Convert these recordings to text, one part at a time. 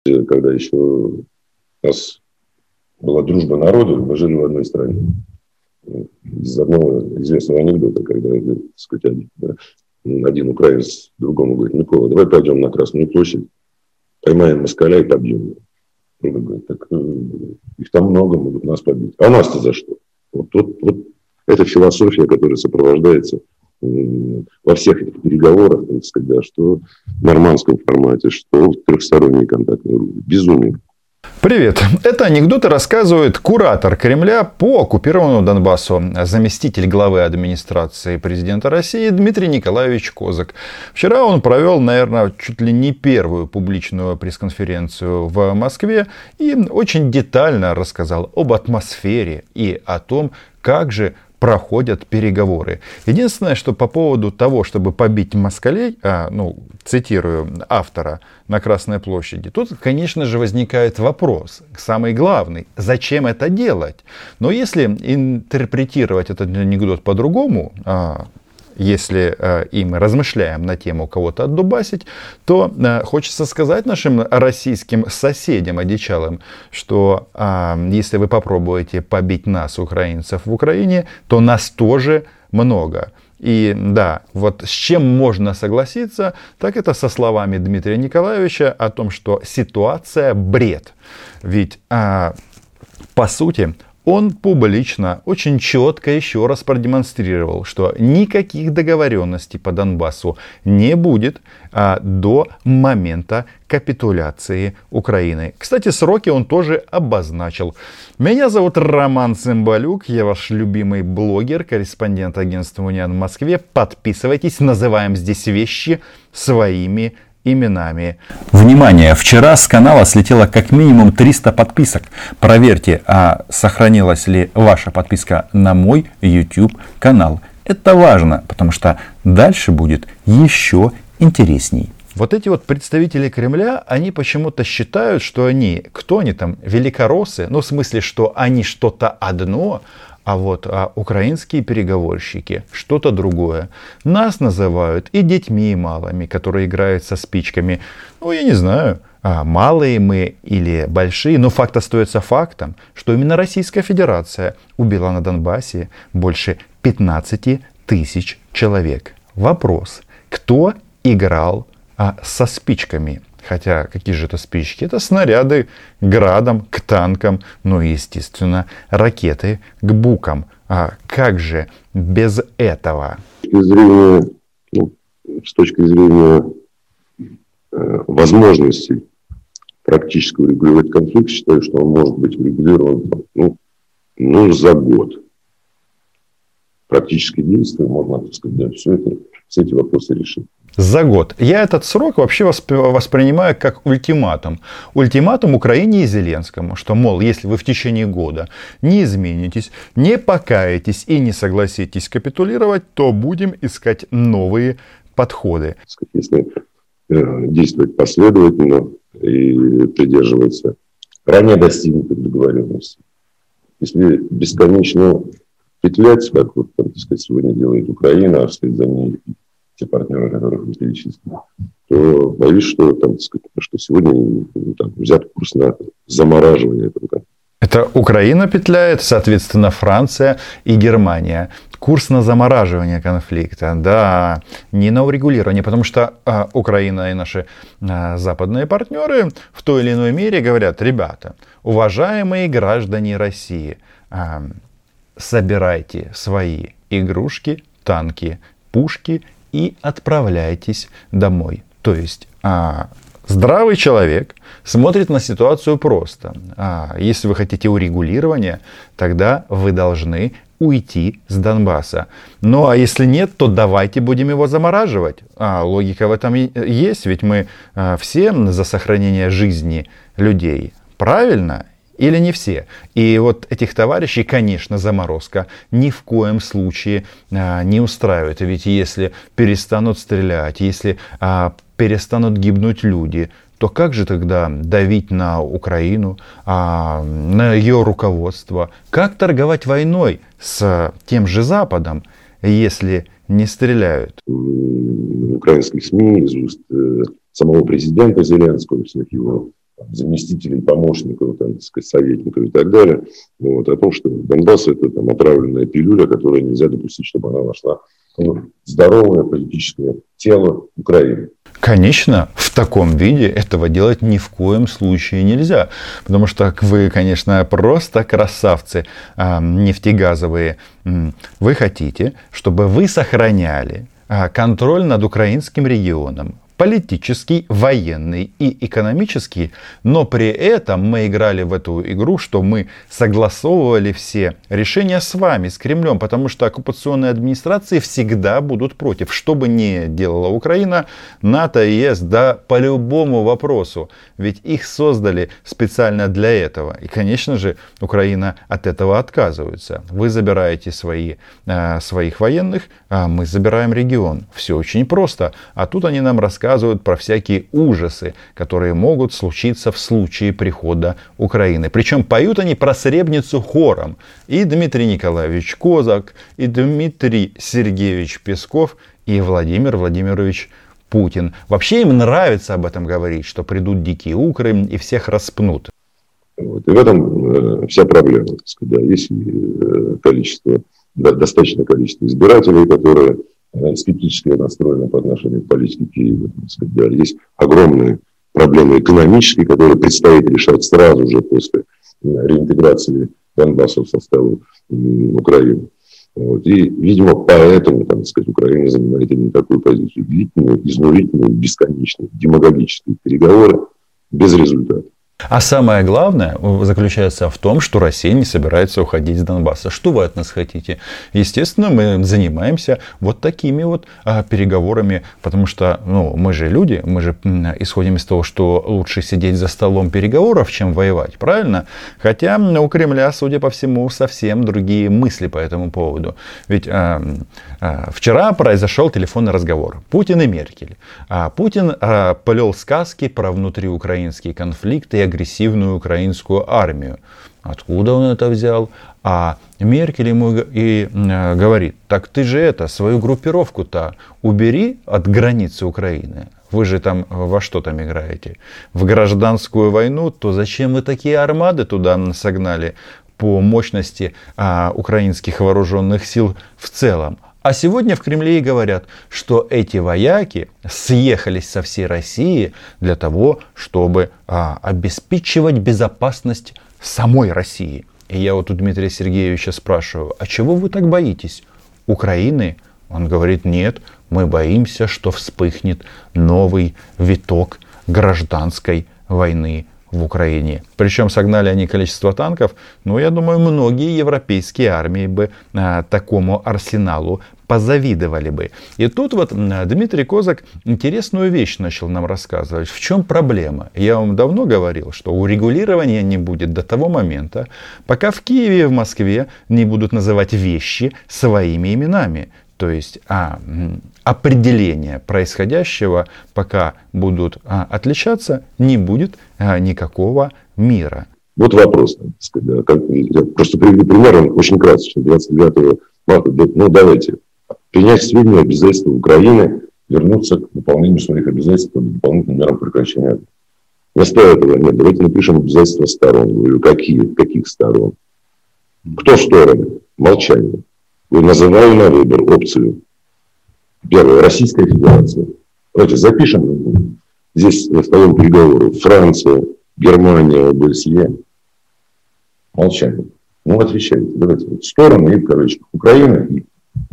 Когда еще у нас была дружба народов, мы жили в одной стране. Из одного известного анекдота, когда, так сказать, один украинец другому говорит: Микола, давай пойдем на Красную площадь, поймаем москаля и побьем его. Он говорит: так их там много, могут нас побить. А нас-то за что? Вот эта философия, которая сопровождается во всех этих переговорах, так сказать, да, что в нормандском формате, что в трехсторонней контактной группе. Безумие. Привет! Это анекдоты рассказывает куратор Кремля по оккупированному Донбассу, заместитель главы администрации президента России Дмитрий Николаевич Козак. Вчера он провел, наверное, чуть ли не первую публичную пресс-конференцию в Москве и очень детально рассказал об атмосфере и о том, как же проходят переговоры. Единственное, что по поводу того, чтобы побить москалей, цитирую автора, на Красной площади, тут, конечно же, возникает вопрос, самый главный, зачем это делать? Но если интерпретировать этот анекдот по-другому, если и мы размышляем на тему кого-то отдубасить, то хочется сказать нашим российским соседям одичалым, что если вы попробуете побить нас, украинцев, в Украине, то нас тоже много. И да, вот с чем можно согласиться, так это со словами Дмитрия Николаевича о том, что ситуация бред. Ведь по сути он публично очень четко еще раз продемонстрировал, что никаких договоренностей по Донбассу не будет до момента капитуляции Украины. Кстати, сроки он тоже обозначил. Меня зовут Роман Цымбалюк, я ваш любимый блогер, корреспондент агентства «Униан» в Москве. Подписывайтесь, называем здесь вещи своими именами. Внимание! Вчера с канала слетело как минимум 300 подписок. Проверьте, сохранилась ли ваша подписка на мой YouTube канал. Это важно, потому что дальше будет еще интересней. Вот эти вот представители Кремля, они почему-то считают, что кто они там, великороссы? Ну, в смысле, что они что-то одно, а вот украинские переговорщики что-то другое. Нас называют и детьми малыми, которые играют со спичками. Ну, я не знаю, малые мы или большие, но факт остается фактом, что именно Российская Федерация убила на Донбассе больше 15 тысяч человек. Вопрос: кто играл со спичками? Хотя, какие же это спички? Это снаряды градом к танкам, ну и, естественно, ракеты к букам. А как же без этого? С точки зрения возможностей практически урегулировать конфликт, считаю, что он может быть урегулирован за год. Практически действия можно, так сказать, все эти вопросы решить. За год. Я этот срок вообще воспринимаю как ультиматум. Ультиматум Украине и Зеленскому, что, мол, если вы в течение года не изменитесь, не покаетесь и не согласитесь капитулировать, то будем искать новые подходы. Если действовать последовательно и придерживаться ранее достигнутых договоренностей. Если бесконечно петлять, как сегодня делает Украина, а вслед за ней те партнеры, которых вы перечислили, то боюсь, что сегодня взят курс на замораживание этого конфликта. Это Украина петляет, соответственно, Франция и Германия. Курс на замораживание конфликта, да, не на урегулирование, потому что Украина и наши западные партнеры в той или иной мере говорят: ребята, уважаемые граждане России, собирайте свои игрушки, танки, пушки и отправляйтесь домой. То есть здравый человек смотрит на ситуацию просто. Если вы хотите урегулирования, тогда вы должны уйти с Донбасса. Ну а если нет, то давайте будем его замораживать. Логика в этом есть, ведь мы все за сохранение жизни людей. Правильно? Или не все? И вот этих товарищей, конечно, заморозка ни в коем случае не устраивает. Ведь если перестанут стрелять, если перестанут гибнуть люди, то как же тогда давить на Украину, на ее руководство? Как торговать войной с тем же Западом, если не стреляют? Украинских СМИ, из уст самого президента Зеленского, всех его заместителей, помощников, там, так сказать, советников и так далее, вот, о том, что Донбасс – это там, отравленная пилюля, которую нельзя допустить, чтобы она вошла в здоровое политическое тело Украины. Конечно, в таком виде этого делать ни в коем случае нельзя. Потому что вы, конечно, просто красавцы нефтегазовые. Вы хотите, чтобы вы сохраняли контроль над украинским регионом, политический, военный и экономический, но при этом мы играли в эту игру, что мы согласовывали все решения с вами, с Кремлем, потому что оккупационные администрации всегда будут против. Что бы ни делала Украина, НАТО и ЕС, да по любому вопросу, ведь их создали специально для этого. И, конечно же, Украина от этого отказывается. Вы забираете своих военных, а мы забираем регион. Все очень просто. А тут они нам рассказывают про всякие ужасы, которые могут случиться в случае прихода Украины. Причем поют они про Сребреницу хором. И Дмитрий Николаевич Козак, и Дмитрий Сергеевич Песков, и Владимир Владимирович Путин. Вообще им нравится об этом говорить, что придут дикие укры и всех распнут. Вот. И в этом вся проблема. Так сказать, да. Есть достаточное количество избирателей, которые скептически настроены по отношению к политике Киева. Да. Есть огромные проблемы экономические, которые предстоит решать сразу же после реинтеграции Донбасса в состав Украины. Вот. И, видимо, поэтому, так сказать, Украина занимает именно такую позицию. Длительные, изнурительные, бесконечные, демагогические переговоры без результата. А самое главное заключается в том, что Россия не собирается уходить с Донбасса. Что вы от нас хотите? Естественно, мы занимаемся вот такими вот переговорами, потому что мы же люди, мы же исходим из того, что лучше сидеть за столом переговоров, чем воевать, правильно? Хотя у Кремля, судя по всему, совсем другие мысли по этому поводу. Ведь вчера произошел телефонный разговор. Путин и Меркель. Путин плел сказки про внутриукраинские конфликты и агрессивную украинскую армию. Откуда он это взял? А Меркель ему и говорит: так ты же свою группировку-то убери от границы Украины. Вы же там во что там играете? В гражданскую войну? То зачем вы такие армады туда согнали по мощности украинских вооруженных сил в целом? А сегодня в Кремле и говорят, что эти вояки съехались со всей России для того, чтобы обеспечивать безопасность самой России. И я вот у Дмитрия Сергеевича спрашиваю: а чего вы так боитесь? Украины? Он говорит: нет, мы боимся, что вспыхнет новый виток гражданской войны в Украине. Причем согнали они количество танков, я думаю, многие европейские армии бы такому арсеналу позавидовали бы. И тут вот Дмитрий Козак интересную вещь начал нам рассказывать. В чем проблема? Я вам давно говорил, что урегулирования не будет до того момента, пока в Киеве и в Москве не будут называть вещи своими именами. То есть определения происходящего, пока будут отличаться, не будет никакого мира. Вот вопрос. Я просто приведу пример, он очень красочный. 29 марта. Давайте принять сведения обязательства Украины вернуться к выполнению своих обязательств по дополнительным мерам прекращения огня. Вместо этого нет. Давайте напишем обязательства сторон. Говорю, каких сторон? Кто стороны? Молчание. Я называю на выбор опцию. Первое. Российская Федерация. Давайте запишем здесь на столом переговоров. Франция, Германия, ОБСЕ. Молчание. Отвечайте. Давайте. Стороны и в кавычках. Украина и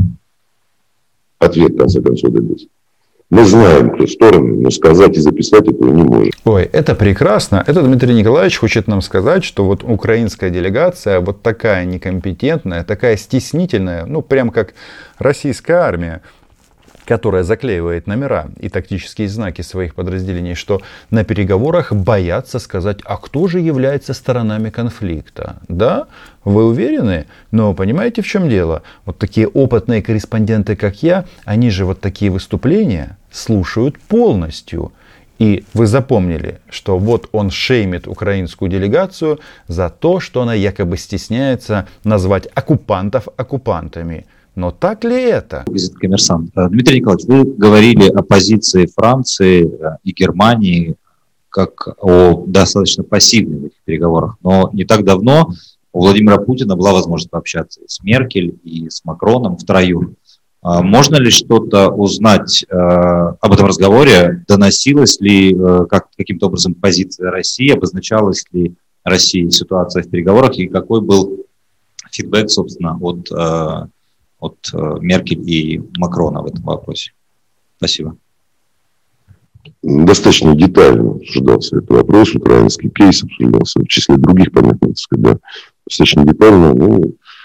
ответ, в конце концов, дадите. Мы знаем, кто стороны, но сказать и записать этого не можем. Ой, это прекрасно. Это Дмитрий Николаевич хочет нам сказать, что вот украинская делегация вот такая некомпетентная, такая стеснительная, прям как российская армия, которая заклеивает номера и тактические знаки своих подразделений, что на переговорах боятся сказать, а кто же является сторонами конфликта. Да, вы уверены? Но понимаете, в чем дело? Вот такие опытные корреспонденты, как я, они же вот такие выступления слушают полностью. И вы запомнили, что вот он шеймит украинскую делегацию за то, что она якобы стесняется назвать оккупантов оккупантами. Но так ли это? Коммерсант. Дмитрий Николаевич, вы говорили о позиции Франции и Германии как о достаточно пассивной в этих переговорах. Но не так давно у Владимира Путина была возможность пообщаться и с Меркель, и с Макроном втроем. Можно ли что-то узнать об этом разговоре? Доносилась ли каким-то образом позиция России? Обозначалась ли России ситуация в переговорах? И какой был фидбэк, собственно, от Меркель и Макрона в этом вопросе? Спасибо. Достаточно детально обсуждался этот вопрос, украинский кейс обсуждался, в числе других, понятно, да, достаточно детально.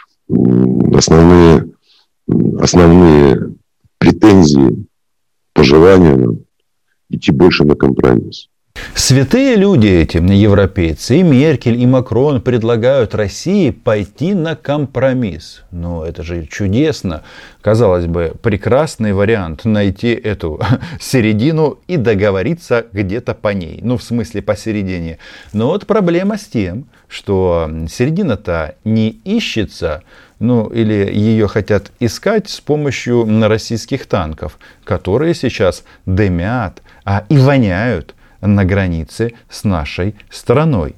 Основные претензии, пожелания идти больше на компромисс. Святые люди эти, европейцы, и Меркель, и Макрон предлагают России пойти на компромисс. Но это же чудесно. Казалось бы, прекрасный вариант найти эту середину и договориться где-то по ней. Ну, в смысле, посередине. Но вот проблема с тем, что середина-то не ищется, или ее хотят искать с помощью российских танков, которые сейчас дымят и воняют на границе с нашей страной.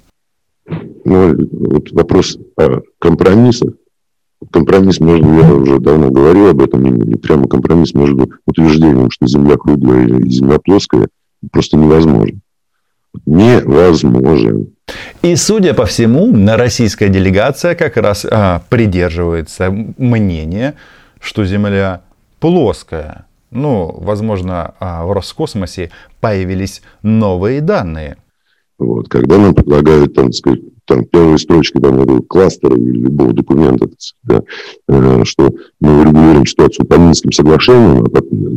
Вот вопрос о компромиссах. Компромисс между, я уже давно говорил об этом, и прямо компромисс между утверждением, что Земля круглая и Земля плоская, просто невозможен. Невозможен. И, судя по всему, российская делегация как раз придерживается мнения, что Земля плоская. Возможно, в Роскосмосе появились новые данные. Когда нам предлагают, первые строчки кластера или любого документа, что мы регулируем ситуацию по Минским соглашениям,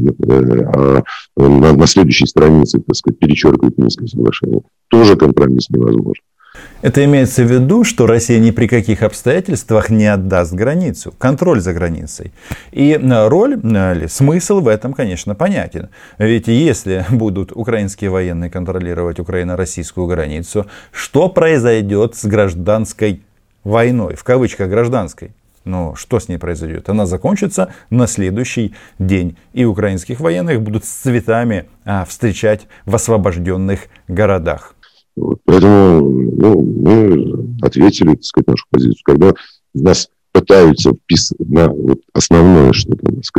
а на следующей странице, перечеркивают Минские соглашения, тоже компромисс невозможен. Это имеется в виду, что Россия ни при каких обстоятельствах не отдаст границу, контроль за границей. И смысл в этом, конечно, понятен. Ведь если будут украинские военные контролировать украино-российскую границу, что произойдет с гражданской войной, в кавычках гражданской? Что с ней произойдет? Она закончится на следующий день. И украинских военных будут с цветами встречать в освобожденных городах. Поэтому мы ответили, нашу позицию. Когда нас пытаются вписать на основное, что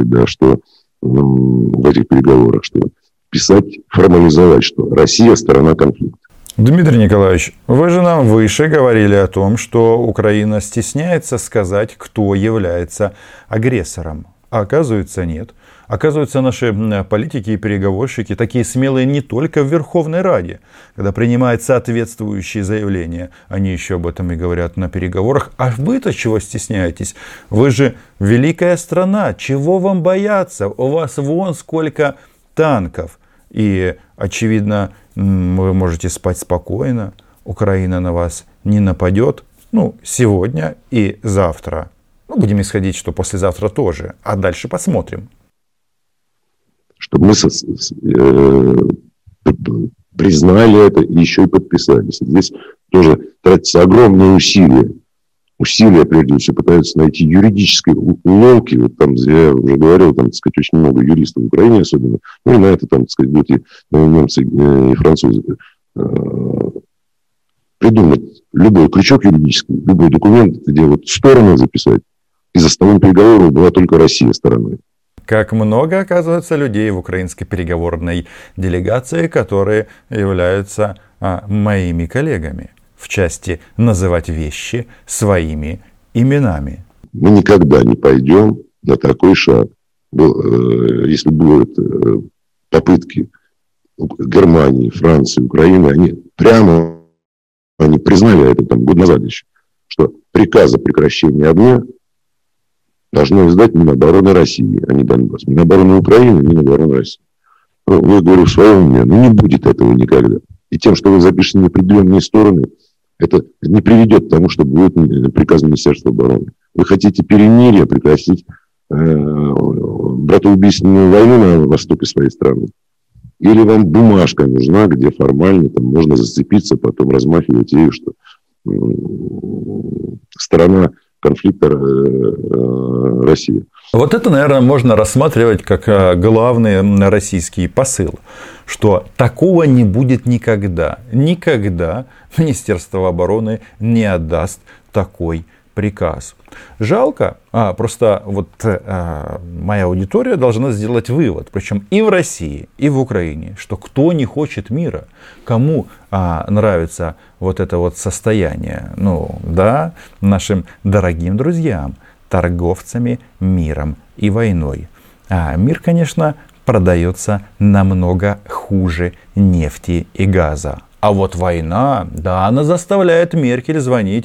в этих переговорах, что писать, формализовать, что Россия сторона конфликта. Дмитрий Николаевич, вы же нам выше говорили о том, что Украина стесняется сказать, кто является агрессором. А оказывается, нет. Оказывается, наши политики и переговорщики такие смелые не только в Верховной Раде, когда принимают соответствующие заявления. Они еще об этом и говорят на переговорах. А вы-то чего стесняетесь? Вы же великая страна. Чего вам бояться? У вас вон сколько танков. И, очевидно, вы можете спать спокойно. Украина на вас не нападет. Сегодня и завтра. Будем исходить, что послезавтра тоже. А дальше посмотрим. Чтобы мы признали это и еще и подписались. Здесь тоже тратятся огромные усилия. Усилия, прежде всего, пытаются найти юридические уловки. Я уже говорил, очень много юристов в Украине особенно. И на это, будут и немцы, и французы. Придумать любой крючок юридический, любой документ, где стороны записать. И за столом переговоров была только Россия стороной. Как много, оказывается, людей в украинской переговорной делегации, которые являются моими коллегами в части называть вещи своими именами. Мы никогда не пойдем на такой шаг. Если будут попытки Германии, Франции, Украины, они признали это год назад еще, что приказ о прекращении огня должно издать Минобороны России, а не Донбасс. Минобороны Украины, Минобороны России. Вы, говорю, в своем уме, не будет этого никогда. И тем, что вы запишете неопределенные стороны, это не приведет к тому, что будет приказ Министерства обороны. Вы хотите перемирие, прекратить братоубийственную войну на востоке своей страны? Или вам бумажка нужна, где формально можно зацепиться, потом размахивать ею, что сторона конфликта России. Вот это, наверное, можно рассматривать как главный российский посыл, что такого не будет никогда. Никогда Министерство обороны не отдаст такой приказ. Жалко, просто вот моя аудитория должна сделать вывод, причем и в России, и в Украине, что кто не хочет мира, кому нравится вот это вот состояние, нашим дорогим друзьям, торговцами миром и войной. А мир, конечно, продается намного хуже нефти и газа. А вот война, да, она заставляет Меркель звонить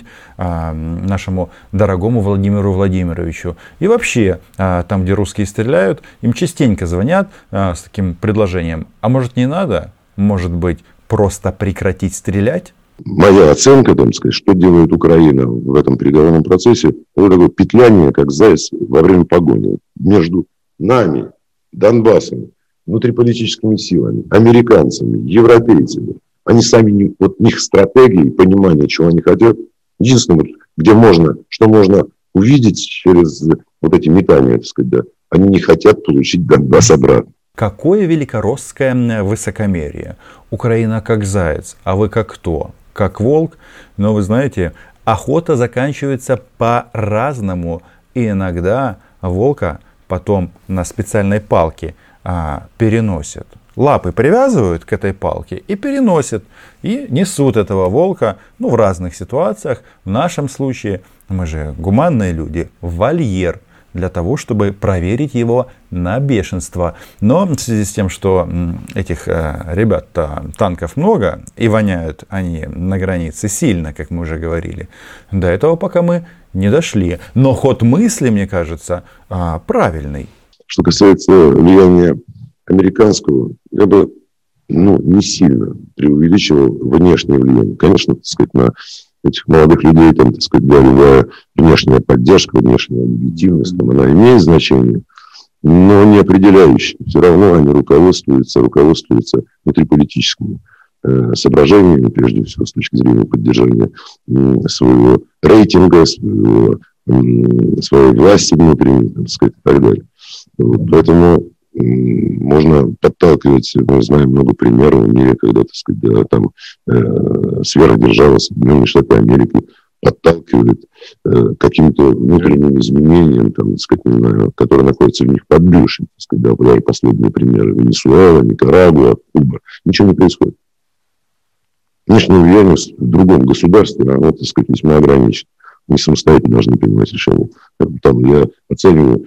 нашему дорогому Владимиру Владимировичу. И вообще, там, где русские стреляют, им частенько звонят с таким предложением. А может, не надо? Может быть, просто прекратить стрелять? Моя оценка, что делает Украина в этом переговорном процессе, это такое петляние, как заяц во время погони. Между нами, Донбассом, внутриполитическими силами, американцами, европейцами. Они сами, вот их стратегии, понимание, чего они хотят. Единственное, что можно увидеть через вот эти метания, они не хотят получить Донбасс обратно. Какое великороссское высокомерие. Украина как заяц, а вы как кто? Как волк? Но вы знаете, охота заканчивается по-разному. И иногда волка потом на специальной палке переносят. Лапы привязывают к этой палке и переносят. И несут этого волка в разных ситуациях. В нашем случае, мы же гуманные люди, в вольер. Для того, чтобы проверить его на бешенство. Но в связи с тем, что этих ребят танков много, и воняют они на границе сильно, как мы уже говорили, до этого пока мы не дошли. Но ход мысли, мне кажется, правильный. Что касается влияния американского, я бы не сильно преувеличивал внешнее влияние. Конечно, на этих молодых людей, любая внешняя поддержка, внешняя легитимность, она имеет значение, но не определяющее. Все равно они руководствуются внутриполитическими соображениями, прежде всего, с точки зрения поддержания своего рейтинга, своей власти внутренней, и так далее. Поэтому можно подталкивать, мы знаем много примеров в мире, когда, сверхдержава Соединенные Штаты Америки подталкивает каким-то внутренним изменениям, которые находятся в них под душем. Последние примеры: Венесуэла, Никарагуа, Куба. Ничего не происходит. Внешнее влияние в другом государстве, оно, весьма ограничено. Мы самостоятельно должны принимать решения. Я оцениваю,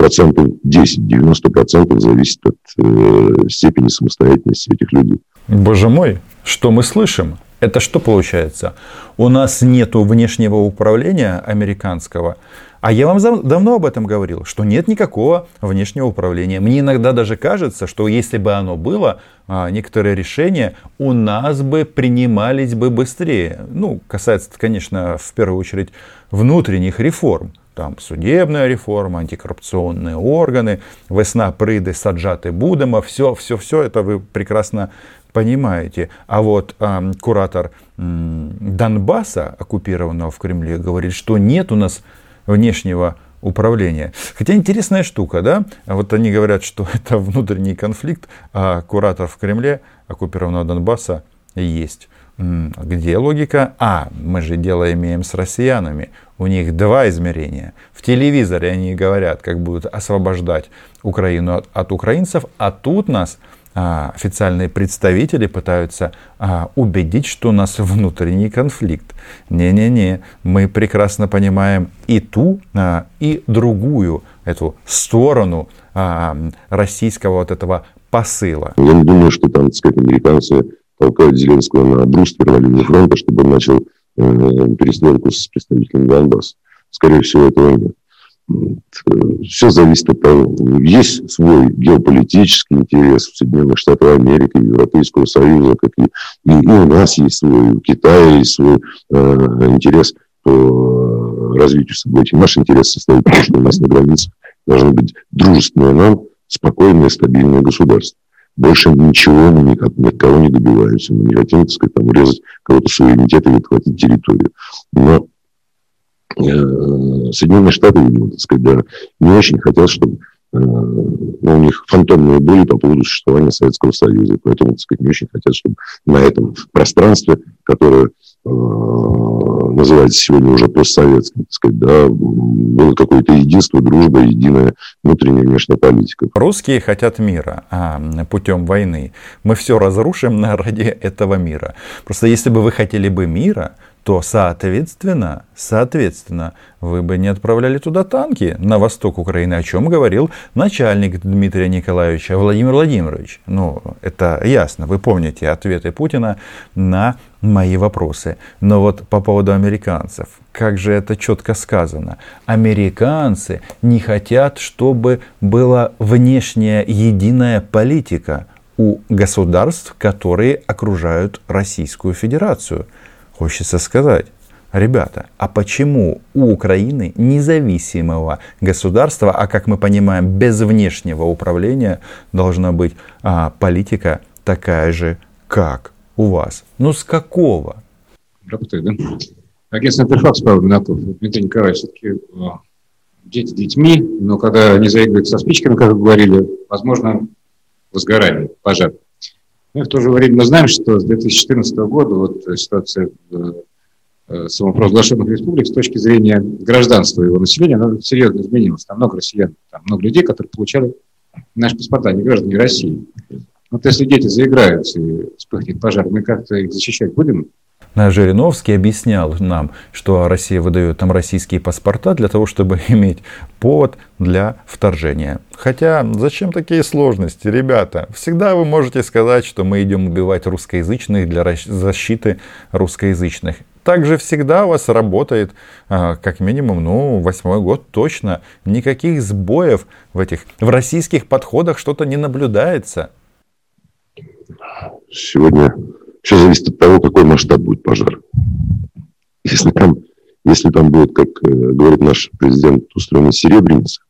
10-90% зависит от степени самостоятельности этих людей. Боже мой, что мы слышим? Это что получается? У нас нету внешнего управления американского. А я вам давно об этом говорил, что нет никакого внешнего управления. Мне иногда даже кажется, что если бы оно было, некоторые решения у нас бы принимались бы быстрее. Касается, конечно, в первую очередь внутренних реформ. Там судебная реформа, антикоррупционные органы, весна прийде, саджати будемо. Все это вы прекрасно понимаете. А вот куратор Донбасса, оккупированного в Кремле, говорит, что нет у нас внешнего управления. Хотя интересная штука, да? Вот они говорят, что это внутренний конфликт, а куратор в Кремле оккупированного Донбасса есть. Где логика? Мы же дело имеем с россиянами. У них два измерения. В телевизоре они говорят, как будут освобождать Украину от украинцев, а тут нас официальные представители пытаются убедить, что у нас внутренний конфликт. Не-не-не, мы прекрасно понимаем и ту, и другую эту сторону российского вот этого посыла. Я не думаю, что там, американцы толкают Зеленского на бруствер на линии фронта, чтобы он начал перестрелку с представителями Донбасса. Скорее всего, этого нет. Все зависит от того, есть свой геополитический интерес в Соединенных Штатах Америки, Европейского Союза, как и у нас есть свой, у Китая есть свой интерес по развитию событий. Наш интерес состоит в том, что у нас на границе должно быть дружественное нам, спокойное, стабильное государство. Больше ничего мы никого не добиваемся. Мы не хотим, урезать кого-то суверенитет или отхватить территорию. Но Соединенные Штаты, видимо, так сказать, да, не очень хотят, чтобы у них фантомные были по поводу существования Советского Союза. Поэтому, так сказать, не очень хотят, чтобы на этом пространстве, которое называется сегодня уже постсоветским, так сказать, да, было какое-то единство, дружба, единая внутренняя и внешняя политика. Русские хотят мира путем войны. Мы все разрушим ради этого мира. Просто если бы вы хотели бы мира, то, соответственно, вы бы не отправляли туда танки на восток Украины, о чем говорил начальник Дмитрия Николаевича Владимир Владимирович. Ну, это ясно. Вы помните ответы Путина на мои вопросы. Но вот по поводу американцев, как же это четко сказано. Американцы не хотят, чтобы была внешняя единая политика у государств, которые окружают Российскую Федерацию. Хочется сказать, ребята, а почему у Украины независимого государства, а как мы понимаем, без внешнего управления должна быть политика такая же, как у вас? Ну с какого? Работает, да? Агентство Интерфакс, Павел Минаков. Дмитрий Николаевич, все-таки дети детьми, но когда они заигрывают со спичками, как вы говорили, возможно, возгорание, пожар. Но в то же время мы знаем, что с 2014 года вот ситуация самопровозглашенных республик с точки зрения гражданства его населения, она серьезно изменилась. Там много россиян, там много людей, которые получали наши паспорта, не граждане России. Вот если дети заиграются и вспыхнет пожар, мы как-то их защищать будем? Жириновский объяснял нам, что Россия выдает там российские паспорта для того, чтобы иметь повод для вторжения. Хотя, зачем такие сложности, ребята? Всегда вы можете сказать, что мы идем убивать русскоязычных для защиты русскоязычных. Также всегда у вас работает, как минимум, 8-й год точно. Никаких сбоев в российских подходах что-то не наблюдается. Сегодня все зависит от того, какой масштаб будет пожар. Если там будет, как говорит наш президент, устроена серебряница,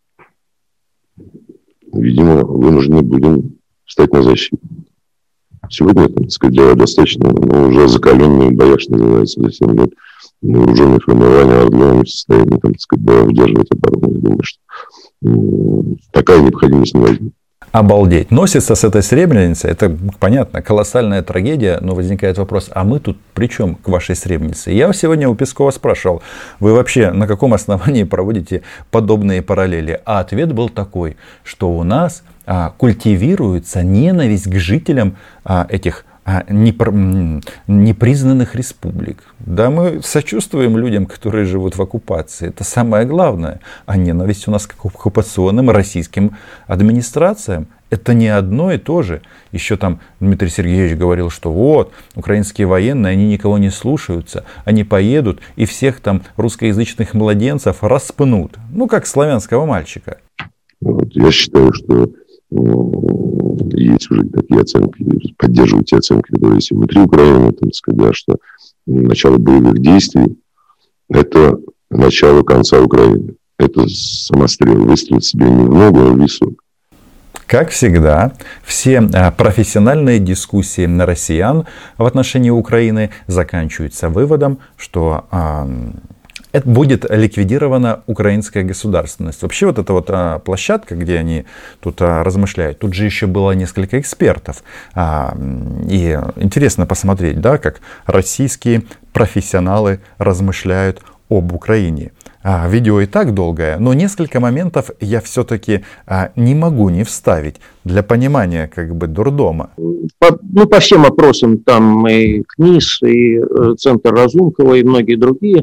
видимо, вынуждены будем встать на защиту. Сегодня, так сказать, дело достаточно, уже закаленные боях, что называется, за 7 лет вооруженные формирования Ордлена в состоянии, так сказать, удерживать оборону. Я думаю, что такая необходимость не возникнет. Обалдеть. Носится с этой сребреницей, это понятно, колоссальная трагедия, но возникает вопрос, а мы тут при чем к вашей сребренице? Я сегодня у Пескова спрашивал, вы вообще на каком основании проводите подобные параллели? А ответ был такой, что у нас культивируется ненависть к жителям этих непризнанных республик. Да, мы сочувствуем людям, которые живут в оккупации. Это самое главное. А ненависть у нас к оккупационным российским администрациям. Это не одно и то же. Еще там Дмитрий Сергеевич говорил, что вот, украинские военные, они никого не слушаются. Они поедут и всех там русскоязычных младенцев распнут. Ну, как славянского мальчика. Вот, я считаю, что есть уже такие оценки, поддерживают те оценки, которые есть внутри Украины, так сказать, да, что начало боевых действий – это начало конца Украины. Это самострел, выстрелит себе не в ногу, а в висок. Как всегда, все профессиональные дискуссии на россиян в отношении Украины заканчиваются выводом, что это будет ликвидирована украинская государственность. Вообще вот эта вот площадка, где они тут размышляют, тут же еще было несколько экспертов. И интересно посмотреть, да, как российские профессионалы размышляют об Украине. Видео и так долгое, но несколько моментов я все-таки не могу не вставить для понимания как бы дурдома. По всем опросам, там и КНИС, и Центр Разумкова, и многие другие,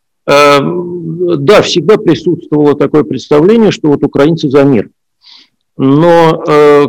да, всегда присутствовало такое представление, что вот украинцы за мир. Но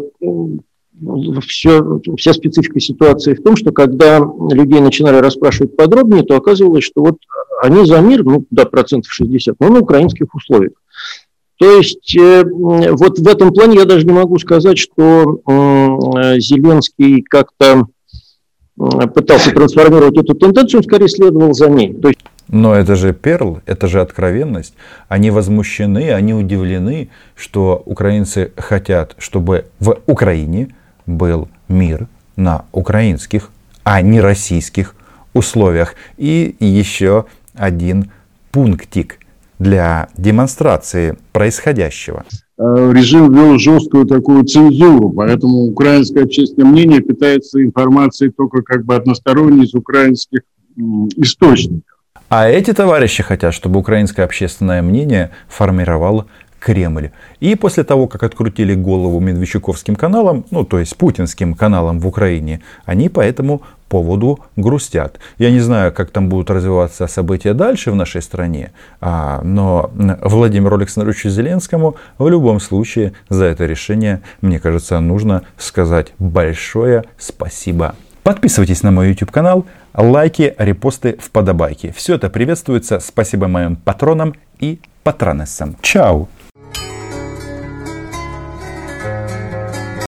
вся специфика ситуации в том, что когда людей начинали расспрашивать подробнее, то оказывалось, что вот они за мир, да, 60%, но на украинских условиях. То есть вот в этом плане я даже не могу сказать, что Зеленский как-то пытался трансформировать эту тенденцию, он скорее следовал за ней. То есть... Но это же перл, это же откровенность. Они возмущены, они удивлены, что украинцы хотят, чтобы в Украине был мир на украинских, а не российских условиях. И еще один пунктик. для демонстрации происходящего. Режим ввел жесткую такую цензуру, поэтому украинское общественное мнение питается информацией только как бы односторонней из украинских источников. А эти товарищи хотят, чтобы украинское общественное мнение формировал Кремль. И после того, как открутили голову медведчуковским каналам, ну то есть путинским каналам в Украине, они по этому поводу грустят. Я не знаю, как там будут развиваться события дальше в нашей стране, но Владимиру Александровичу Зеленскому в любом случае за это решение, мне кажется, нужно сказать большое спасибо. Подписывайтесь на мой YouTube канал, лайки, репосты, вподобайки. Все это приветствуется. Спасибо моим патронам и патронессам. Чао!